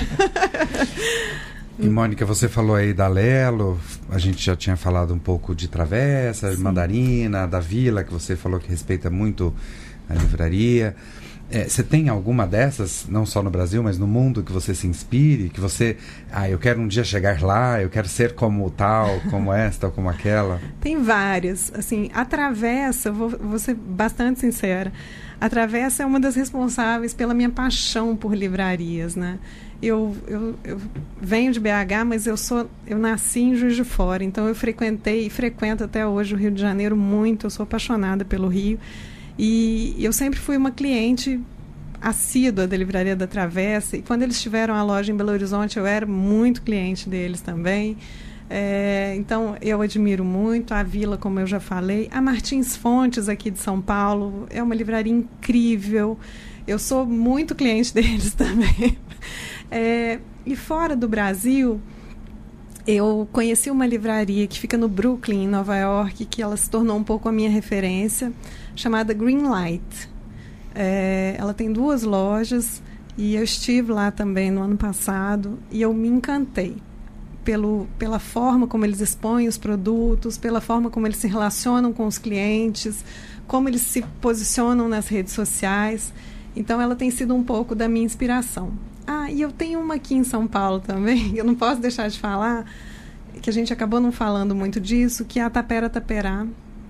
E, Mônica, você falou aí da Lelo, a gente já tinha falado um pouco de Travessa, de Mandarina, da Vila, que você falou que respeita muito a livraria. Você tem alguma dessas, não só no Brasil, mas no mundo, que você se inspire, que você, eu quero um dia chegar lá, eu quero ser como tal, como esta ou como aquela? Tem várias. Assim, a Travessa, vou ser bastante sincera, a Travessa é uma das responsáveis pela minha paixão por livrarias, né? Eu venho de BH, mas eu nasci em Juiz de Fora, então eu frequentei e frequento até hoje o Rio de Janeiro muito, eu sou apaixonada pelo Rio. E eu sempre fui uma cliente assídua da Livraria da Travessa, e quando eles tiveram a loja em Belo Horizonte, eu era muito cliente deles também. Então, eu admiro muito a Vila, como eu já falei. A Martins Fontes, aqui de São Paulo, é uma livraria incrível. Eu sou muito cliente deles também. E fora do Brasil, Eu conheci uma livraria que fica no Brooklyn, em Nova York, que ela se tornou um pouco a minha referência, chamada Greenlight. Ela tem 2 lojas e eu estive lá também no ano passado e eu me encantei pela forma como eles expõem os produtos, pela forma como eles se relacionam com os clientes, como eles se posicionam nas redes sociais. Então, ela tem sido um pouco da minha inspiração. E eu tenho uma aqui em São Paulo também, eu não posso deixar de falar, que a gente acabou não falando muito disso, que é a Tapera Taperá.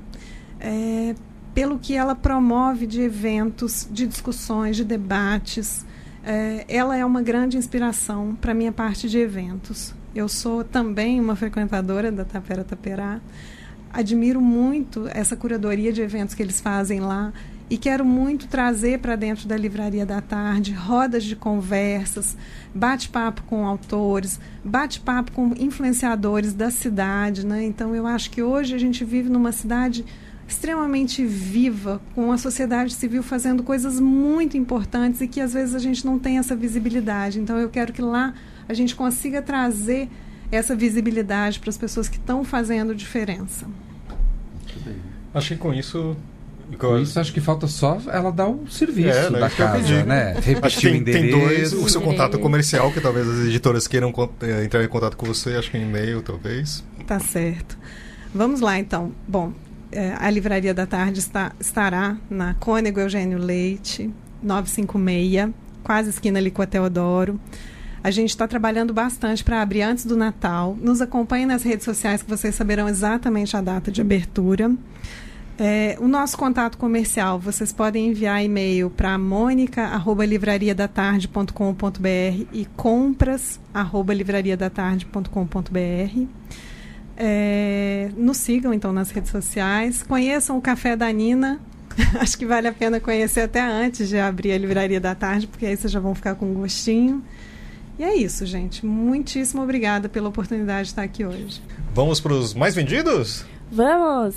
Pelo que ela promove de eventos, de discussões, de debates. Ela é uma grande inspiração para a minha parte de eventos. Eu sou também uma frequentadora da Tapera Taperá. Admiro muito essa curadoria de eventos que eles fazem lá e quero muito trazer para dentro da Livraria da Tarde rodas de conversas, bate-papo com autores, bate-papo com influenciadores da cidade, né? Então, eu acho que hoje a gente vive numa cidade extremamente viva, com a sociedade civil fazendo coisas muito importantes e que às vezes a gente não tem essa visibilidade. Então, eu quero que lá a gente consiga trazer essa visibilidade para as pessoas que estão fazendo diferença. Acho que com isso... acho que falta só ela dar o serviço da casa, né? Repetir o endereço. Tem o seu contato comercial, que talvez as editoras queiram entrar em contato com você, acho que em e-mail, talvez. Tá certo. Vamos lá, então. Bom, a Livraria da Tarde estará na Cônego Eugênio Leite, 956, quase esquina ali com a Teodoro. A gente está trabalhando bastante para abrir antes do Natal. Nos acompanhem nas redes sociais que vocês saberão exatamente a data de abertura. O nosso contato comercial, vocês podem enviar e-mail para monica@livrariadatarde.com.br e compras@livrariadatarde.com.br. Nos sigam, então, nas redes sociais. Conheçam o Café da Nina. Acho que vale a pena conhecer até antes de abrir a Livraria da Tarde, porque aí vocês já vão ficar com um gostinho. E é isso, gente. Muitíssimo obrigada pela oportunidade de estar aqui hoje. Vamos para os mais vendidos? Vamos!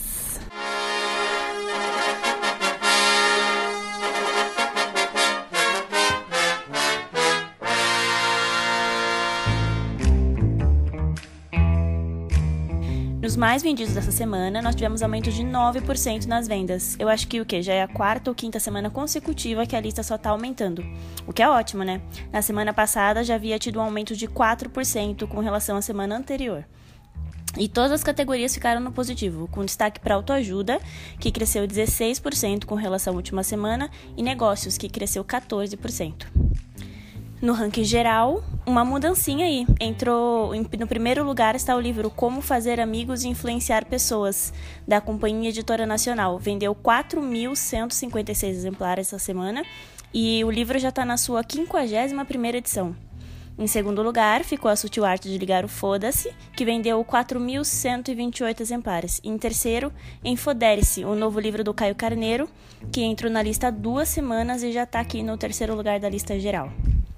Nos mais vendidos dessa semana, nós tivemos aumento de 9% nas vendas. Eu acho que já é a 4ª ou 5ª semana consecutiva que a lista só está aumentando. O que é ótimo, né? Na semana passada já havia tido um aumento de 4% com relação à semana anterior. E todas as categorias ficaram no positivo, com destaque para autoajuda, que cresceu 16% com relação à última semana, e negócios, que cresceu 14%. No ranking geral, uma mudancinha aí. No primeiro lugar está o livro Como Fazer Amigos e Influenciar Pessoas, da Companhia Editora Nacional. Vendeu 4.156 exemplares essa semana e o livro já está na sua 51ª edição. Em segundo lugar, ficou A Sutil Arte de Ligar o Foda-se, que vendeu 4.128 exemplares. E em terceiro, Enfodere-se, o novo livro do Caio Carneiro, que entrou na lista há 2 semanas e já está aqui no 3º lugar da lista geral.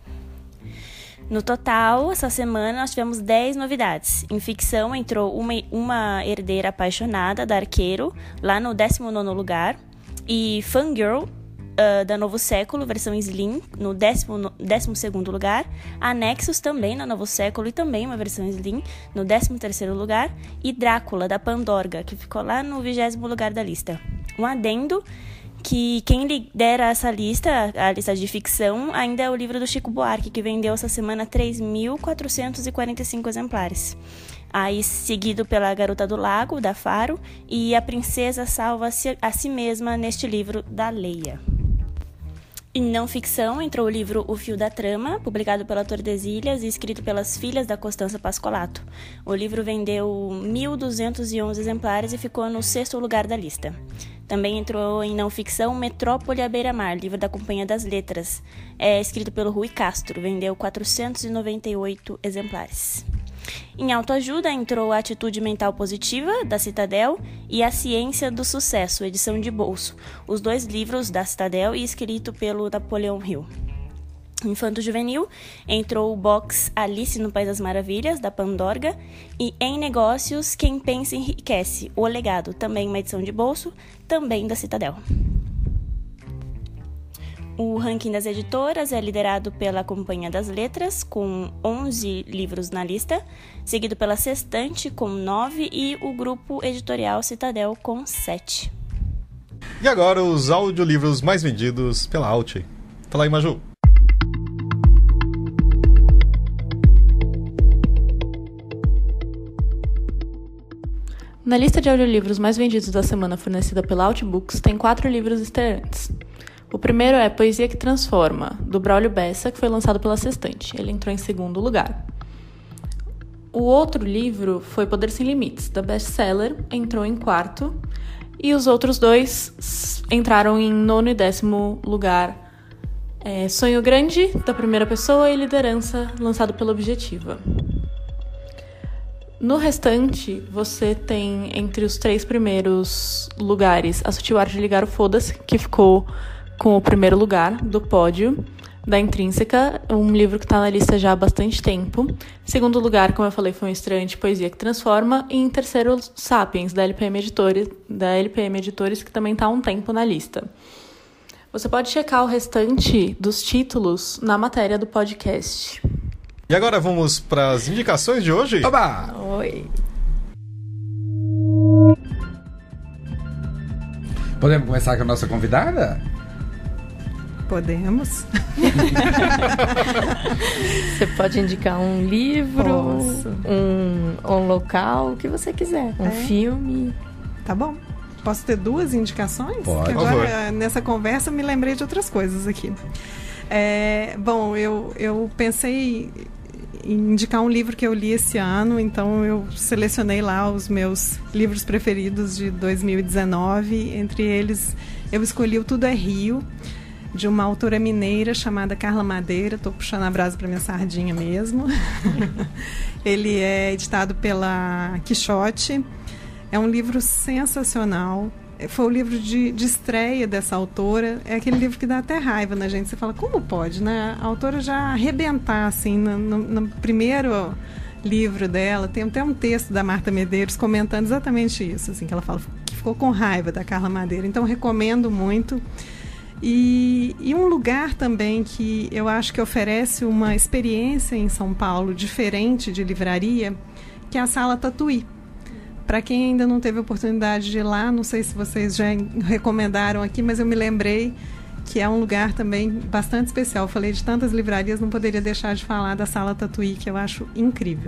No total, essa semana nós tivemos 10 novidades. Em ficção entrou Uma Herdeira Apaixonada, da Arqueiro, lá no 19º lugar. E Fangirl, da Novo Século, versão Slim, no 12º lugar. Anexos, também na Novo Século, e também uma versão Slim, no 13º lugar. E Drácula, da Pandorga, que ficou lá no 20º lugar da lista. Um adendo, que quem lidera essa lista, a lista de ficção, ainda é o livro do Chico Buarque, que vendeu essa semana 3.445 exemplares. Aí, seguido pela Garota do Lago, da Faro, e A Princesa Salva a Si Mesma, neste livro da Leia. Em não ficção, entrou o livro O Fio da Trama, publicado pela Tordesilhas e escrito pelas filhas da Constança Pascolato. O livro vendeu 1.211 exemplares e ficou no 6º lugar da lista. Também entrou em não ficção Metrópole à Beira-Mar, livro da Companhia das Letras, escrito pelo Rui Castro, vendeu 498 exemplares. Em autoajuda entrou A Atitude Mental Positiva, da Citadel, e A Ciência do Sucesso, edição de bolso, os 2 livros da Citadel e escrito pelo Napoleão Hill. Infanto-juvenil entrou o box Alice no País das Maravilhas, da Pandorga, e Em Negócios, Quem Pensa Enriquece, O Legado, também uma edição de bolso, também da Citadel. O ranking das editoras é liderado pela Companhia das Letras, com 11 livros na lista, seguido pela Sextante, com 9, e o grupo editorial Citadel, com 7. E agora os audiolivros mais vendidos pela Alt. Fala aí, Maju. Na lista de audiolivros mais vendidos da semana fornecida pela Outbooks, tem 4 livros estreantes. O primeiro é Poesia que Transforma, do Braulio Bessa, que foi lançado pela Sextante. Ele entrou em segundo lugar. O outro livro foi Poder Sem Limites, da Bestseller, entrou em quarto. E os outros 2 entraram em 9º e 10º lugar. Sonho Grande, da Primeira Pessoa, e Liderança, lançado pela Objetiva. No restante, você tem entre os 3 primeiros lugares A Sutil Arte de Ligar o Foda-se, que ficou com o primeiro lugar do pódio, da Intrínseca, um livro que está na lista já há bastante tempo. Em segundo lugar, como eu falei, foi um estreante, Poesia que Transforma. E em terceiro, Sapiens, da LPM Editores, que também está há um tempo na lista. Você pode checar o restante dos títulos na matéria do podcast. E agora vamos para as indicações de hoje? Oba! Oi. Podemos começar com a nossa convidada? Podemos. Você pode indicar um livro, Posso. um local, o que você quiser. Um filme. Tá bom. Posso ter 2 indicações? Pode. Que Por agora, favor. nessa conversa, eu me lembrei de outras coisas aqui. Bom, eu pensei em indicar um livro que eu li esse ano, então eu selecionei lá os meus livros preferidos de 2019. Entre eles, eu escolhi o Tudo é Rio, de uma autora mineira chamada Carla Madeira. Estou puxando a brasa para minha sardinha mesmo. Ele é editado pela Quixote. É um livro sensacional. Foi o livro de estreia dessa autora. É aquele livro que dá até raiva na gente. Você fala, como pode, né? A autora já arrebentar, assim, no primeiro livro dela. Tem até um texto da Marta Medeiros comentando exatamente isso, assim, que ela fala que ficou com raiva da Carla Madeira. Então, recomendo muito. E um lugar também que eu acho que oferece uma experiência em São Paulo diferente de livraria, que é a Sala Tatuí. Para quem ainda não teve a oportunidade de ir lá, não sei se vocês já recomendaram aqui, mas eu me lembrei que é um lugar também bastante especial. Eu falei de tantas livrarias, não poderia deixar de falar da Sala Tatuí, que eu acho incrível.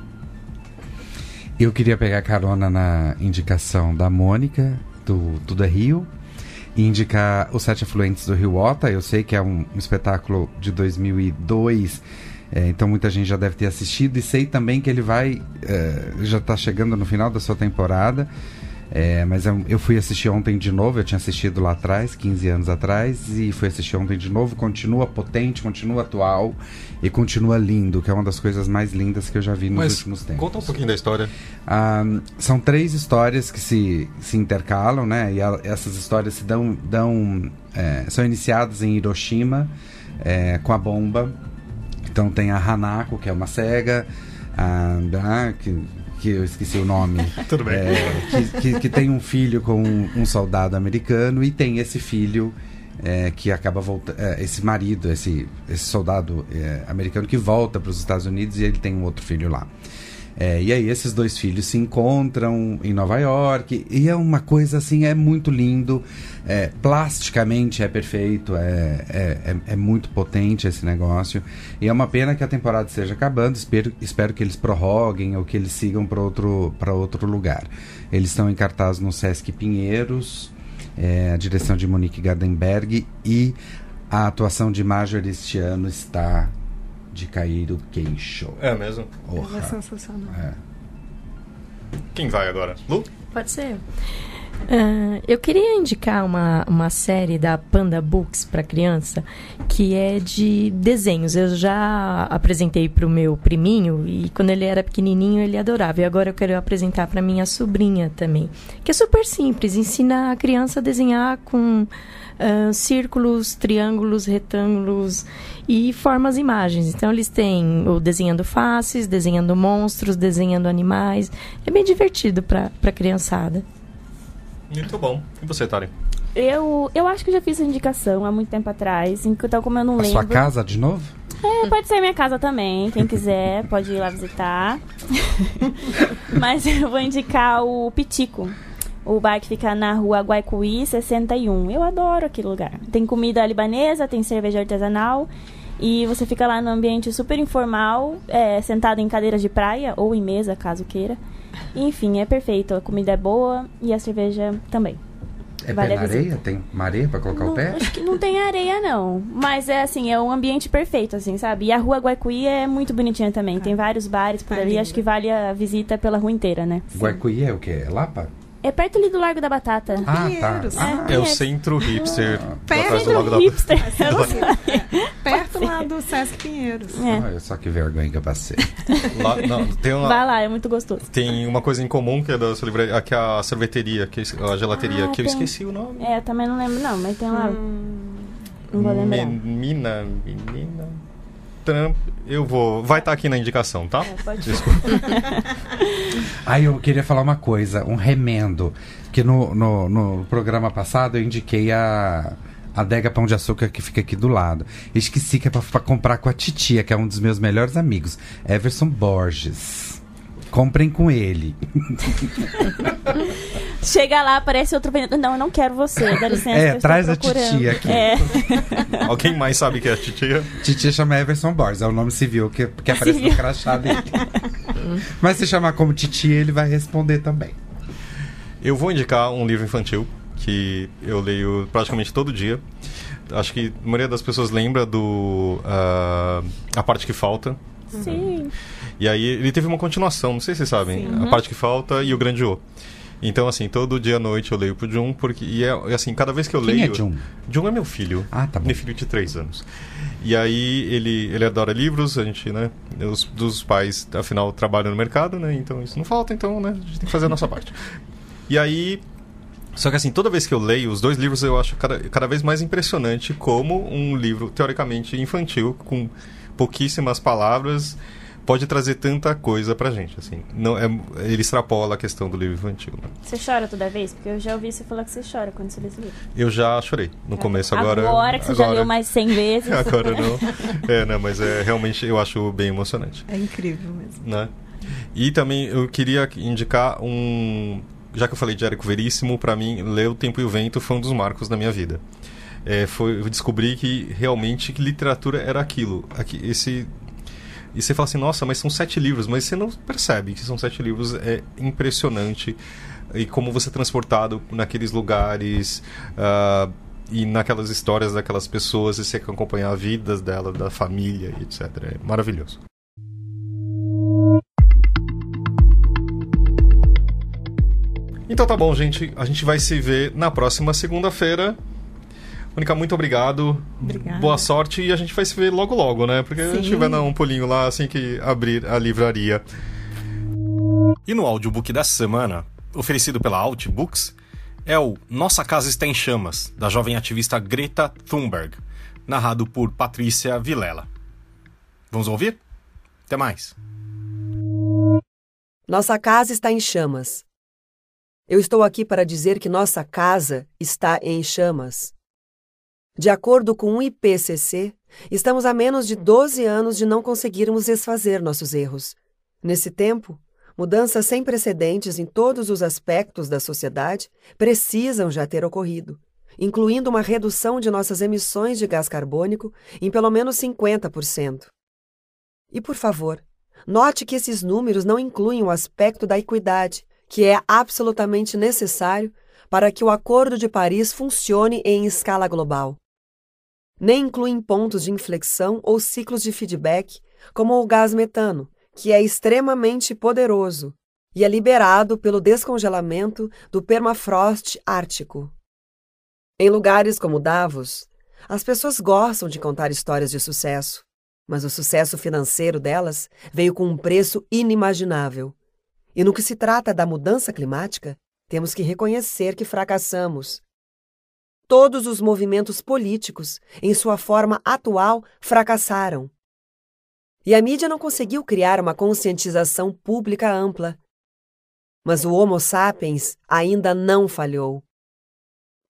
Eu queria pegar carona na indicação da Mônica, do Tudo é Rio, e indicar Os 7 Afluentes do Rio Ota. Eu sei que é um espetáculo de 2002, então muita gente já deve ter assistido, e sei também que ele já está chegando no final da sua temporada, mas eu fui assistir ontem de novo. Eu tinha assistido lá atrás, 15 anos atrás, e fui assistir ontem de novo. Continua potente, continua atual e continua lindo, que é uma das coisas mais lindas que eu já vi nos últimos tempos. Conta um pouquinho da história. São 3 histórias que se intercalam, né? E essas histórias se são iniciadas em Hiroshima, com a bomba. Então tem a Hanako, que é uma cega, que eu esqueci o nome. Tudo bem. Que tem um filho com um soldado americano, e tem esse filho que acaba voltando, esse marido, esse soldado americano que volta para os Estados Unidos, e ele tem um outro filho lá. E aí esses 2 filhos se encontram em Nova York, e é uma coisa assim, é muito lindo, plasticamente é perfeito, é muito potente esse negócio, e é uma pena que a temporada esteja acabando. Espero que eles prorroguem ou que eles sigam para outro lugar. Eles estão em cartaz no Sesc Pinheiros, a direção de Monique Gardenberg, e a atuação de Marjorie este ano está de cair o queixo. É mesmo? É sensacional. Quem vai agora? Lu? Pode ser. Eu queria indicar uma série da Panda Books para criança, que é de desenhos. Eu já apresentei para o meu priminho, e quando ele era pequenininho ele adorava. E agora eu quero apresentar para minha sobrinha também, que é super simples. Ensina a criança a desenhar com círculos, triângulos, retângulos e formas imagens. Então eles têm o desenhando faces, desenhando monstros, desenhando animais. É bem divertido para criançada. Muito bom. E você, Tari? Eu acho que eu já fiz essa indicação há muito tempo atrás, então como eu não lembro... A sua casa de novo? Pode ser minha casa também, quem quiser pode ir lá visitar. Mas eu vou indicar o Pitico, o bar que fica na rua Guaicuí 61. Eu adoro aquele lugar. Tem comida libanesa, tem cerveja artesanal e você fica lá num ambiente super informal, sentado em cadeiras de praia ou em mesa, caso queira. Enfim, é perfeito. A comida é boa e a cerveja também. Vale pé na areia? Tem uma areia pra colocar o pé? Acho que não tem areia, não. Mas é assim, é um ambiente perfeito, assim, sabe? E a rua Guaicuí é muito bonitinha também. Tem vários bares por ali. Acho que vale a visita pela rua inteira, né? Guaicuí é o quê? É Lapa? É perto ali do Largo da Batata. Tá. É o centro hipster. Perto do Lago da hipster. Perto lá do Sesc Pinheiros. Olha só que vergonha que eu passei. Vai lá, é muito gostoso. Tem uma coisa em comum que é da sua livraria, que é a sorveteria, a gelateria, que eu esqueci o nome. Eu também não lembro não, mas tem lá. Não vou lembrar. Menina. Trump, vai estar aqui na indicação, tá? Pode. Desculpa. Eu queria falar uma coisa, um remendo, que no programa passado eu indiquei a Adega Pão de Açúcar que fica aqui do lado. Esqueci que é pra comprar com a titia, que é um dos meus melhores amigos, Everson Borges. Comprem com ele. Chega lá, aparece outro vendedor. Não, eu não quero você, dá licença. Traz a titia aqui. Alguém mais sabe que é a titia? Titia chama Everson Borges, é o nome civil que aparece no crachá dele. Mas se chamar como titia, ele vai responder também. Eu vou indicar um livro infantil que eu leio praticamente todo dia. Acho que a maioria das pessoas lembra do A Parte Que Falta. Sim. E aí ele teve uma continuação, não sei se vocês sabem. Sim. A Parte Que Falta e O Grande O. Então, assim, todo dia à noite eu leio pro Jun, porque assim, cada vez que eu leio... Quem é Jun? Jun é meu filho. Tá bom. Meu filho de 3 anos. E aí ele adora livros, a gente, né? Dos pais, afinal, trabalham no mercado, né? Então isso não falta, então, né? A gente tem que fazer a nossa parte. E aí... Só que assim, toda vez que eu leio os 2 livros, eu acho cada vez mais impressionante como um livro, teoricamente, infantil, com pouquíssimas palavras... pode trazer tanta coisa pra gente, assim. Ele extrapola a questão do livro infantil. Né? Você chora toda vez? Porque eu já ouvi você falar que você chora quando você lê esse livro. Eu já chorei no começo, agora... Agora que você já leu mais 100 vezes. Agora não. Mas realmente eu acho bem emocionante. É incrível mesmo. Né? E também eu queria indicar já que eu falei de Érico Veríssimo, pra mim, ler O Tempo e o Vento foi um dos marcos da minha vida. Eu descobri que realmente que literatura era aquilo. E você fala assim, nossa, mas são 7 livros. Mas você não percebe que são 7 livros. É impressionante. E como você é transportado naqueles lugares e naquelas histórias daquelas pessoas. E você quer acompanhar a vida dela, da família, etc. É maravilhoso. Então tá bom, gente. A gente vai se ver na próxima segunda-feira. Mônica, muito obrigado. Obrigada. Boa sorte e a gente vai se ver logo, né? Porque a gente vai dar um pulinho lá assim que abrir a livraria. E no audiobook dessa semana, oferecido pela Outbooks, é o Nossa Casa Está em Chamas, da jovem ativista Greta Thunberg, narrado por Patrícia Vilela. Vamos ouvir? Até mais. Nossa casa está em chamas. Eu estou aqui para dizer que nossa casa está em chamas. De acordo com o IPCC, estamos a menos de 12 anos de não conseguirmos desfazer nossos erros. Nesse tempo, mudanças sem precedentes em todos os aspectos da sociedade precisam já ter ocorrido, incluindo uma redução de nossas emissões de gás carbônico em pelo menos 50%. E, por favor, note que esses números não incluem o aspecto da equidade, que é absolutamente necessário para que o Acordo de Paris funcione em escala global. Nem incluem pontos de inflexão ou ciclos de feedback, como o gás metano, que é extremamente poderoso e é liberado pelo descongelamento do permafrost ártico. Em lugares como Davos, as pessoas gostam de contar histórias de sucesso, mas o sucesso financeiro delas veio com um preço inimaginável. E no que se trata da mudança climática, temos que reconhecer que fracassamos. Todos os movimentos políticos, em sua forma atual, fracassaram. E a mídia não conseguiu criar uma conscientização pública ampla. Mas o Homo sapiens ainda não falhou.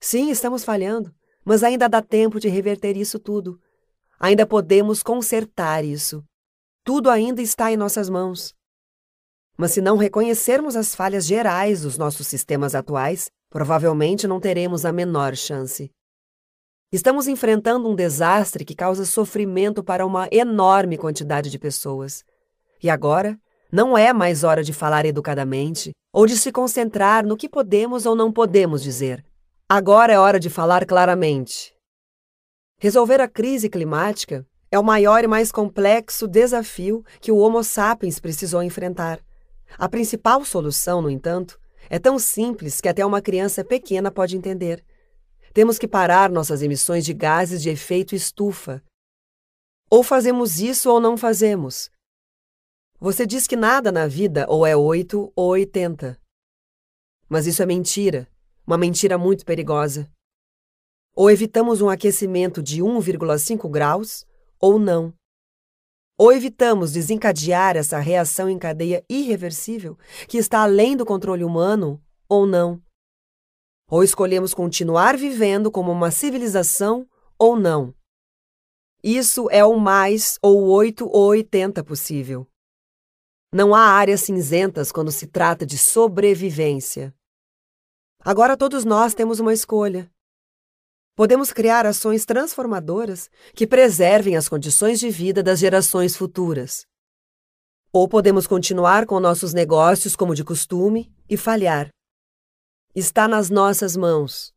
Sim, estamos falhando, mas ainda dá tempo de reverter isso tudo. Ainda podemos consertar isso. Tudo ainda está em nossas mãos. Mas se não reconhecermos as falhas gerais dos nossos sistemas atuais, provavelmente não teremos a menor chance. Estamos enfrentando um desastre que causa sofrimento para uma enorme quantidade de pessoas. E agora, não é mais hora de falar educadamente ou de se concentrar no que podemos ou não podemos dizer. Agora é hora de falar claramente. Resolver a crise climática é o maior e mais complexo desafio que o Homo sapiens precisou enfrentar. A principal solução, no entanto, é tão simples que até uma criança pequena pode entender. Temos que parar nossas emissões de gases de efeito estufa. Ou fazemos isso ou não fazemos. Você diz que nada na vida ou é 8 ou 80. Mas isso é mentira, uma mentira muito perigosa. Ou evitamos um aquecimento de 1,5 graus, ou não. Ou evitamos desencadear essa reação em cadeia irreversível que está além do controle humano, ou não. Ou escolhemos continuar vivendo como uma civilização, ou não. Isso é o mais ou 8 ou 80 possível. Não há áreas cinzentas quando se trata de sobrevivência. Agora todos nós temos uma escolha. Podemos criar ações transformadoras que preservem as condições de vida das gerações futuras. Ou podemos continuar com nossos negócios como de costume e falhar. Está nas nossas mãos.